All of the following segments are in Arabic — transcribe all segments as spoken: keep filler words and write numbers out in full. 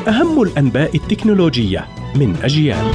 أهم الأنباء التكنولوجية من أجيال.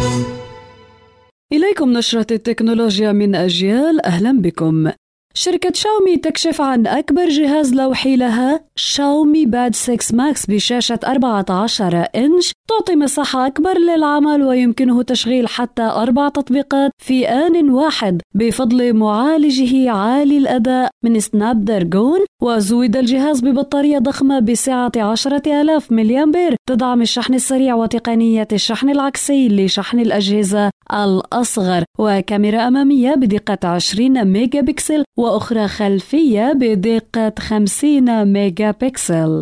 إليكم نشرة التكنولوجيا من أجيال، أهلا بكم. شركة شاومي تكشف عن أكبر جهاز لوحي لها، شاومي باد ستة ماكس بشاشة أربعة عشر إنش، تعطي مساحة أكبر للعمل ويمكنه تشغيل حتى أربع تطبيقات في آن واحد بفضل معالجه عالي الأداء من سناب دراجون. وزود الجهاز ببطارية ضخمة بسعة عشرة آلاف ملي أمبير تدعم الشحن السريع وتقنية الشحن العكسي لشحن الأجهزة الأصغر، وكاميرا أمامية بدقة عشرين ميجا بكسل وأخرى خلفية بدقة خمسين ميجا بكسل.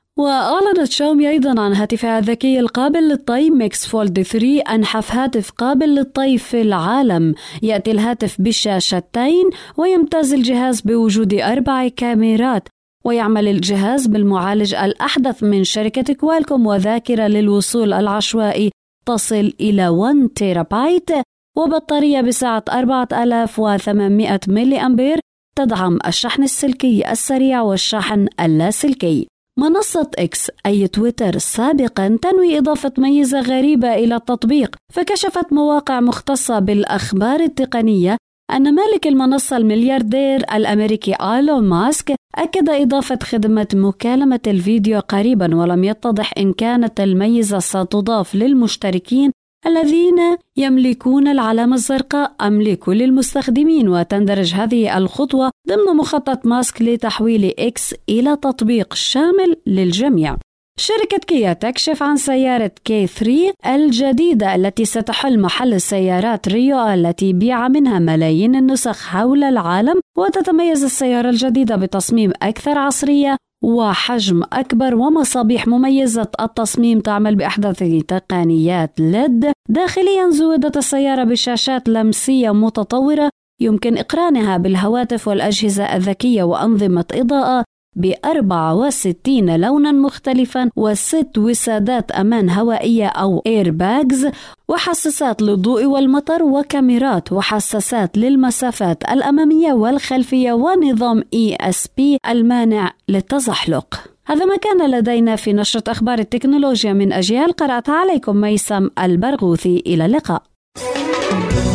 وأعلنت شاومي أيضا عن هاتفها الذكي القابل للطي ميكس فولد ثلاثة، أنحف هاتف قابل للطي في العالم. يأتي الهاتف بالشاشتين ويمتاز الجهاز بوجود أربع كاميرات، ويعمل الجهاز بالمعالج الأحدث من شركة كوالكوم وذاكرة للوصول العشوائي تصل إلى واحد تيرا بايت، وبطارية بسعة أربعة آلاف وثمانمائة ملي أمبير تدعم الشحن السلكي السريع والشحن اللاسلكي. منصة إكس أي تويتر سابقا تنوي إضافة ميزة غريبة إلى التطبيق، فكشفت مواقع مختصة بالأخبار التقنية أن مالك المنصة الملياردير الأمريكي إيلون ماسك أكد إضافة خدمة مكالمة الفيديو قريبا، ولم يتضح إن كانت الميزة ستضاف للمشتركين الذين يملكون العلامة الزرقاء أم لكل المستخدمين. وتندرج هذه الخطوة ضمن مخطط ماسك لتحويل إكس إلى تطبيق شامل للجميع. شركة كيا تكشف عن سيارة كي ثلاثة الجديدة التي ستحل محل السيارات ريو التي بيع منها ملايين النسخ حول العالم. وتتميز السيارة الجديدة بتصميم أكثر عصرية وحجم أكبر ومصابيح مميزة التصميم تعمل بأحدث تقنيات ليد. داخليا زودت السيارة بشاشات لمسية متطورة يمكن إقرانها بالهواتف والأجهزة الذكية وأنظمة إضاءة بأربعة وستين لونا مختلفا وست وسادات أمان هوائية أو إيرباجز وحساسات للضوء والمطر وكاميرات وحساسات للمسافات الأمامية والخلفية ونظام إي إس بي المانع للتزحلق. هذا ما كان لدينا في نشرة أخبار التكنولوجيا من أجيال، قرأتها عليكم ميسم البرغوثي. إلى اللقاء.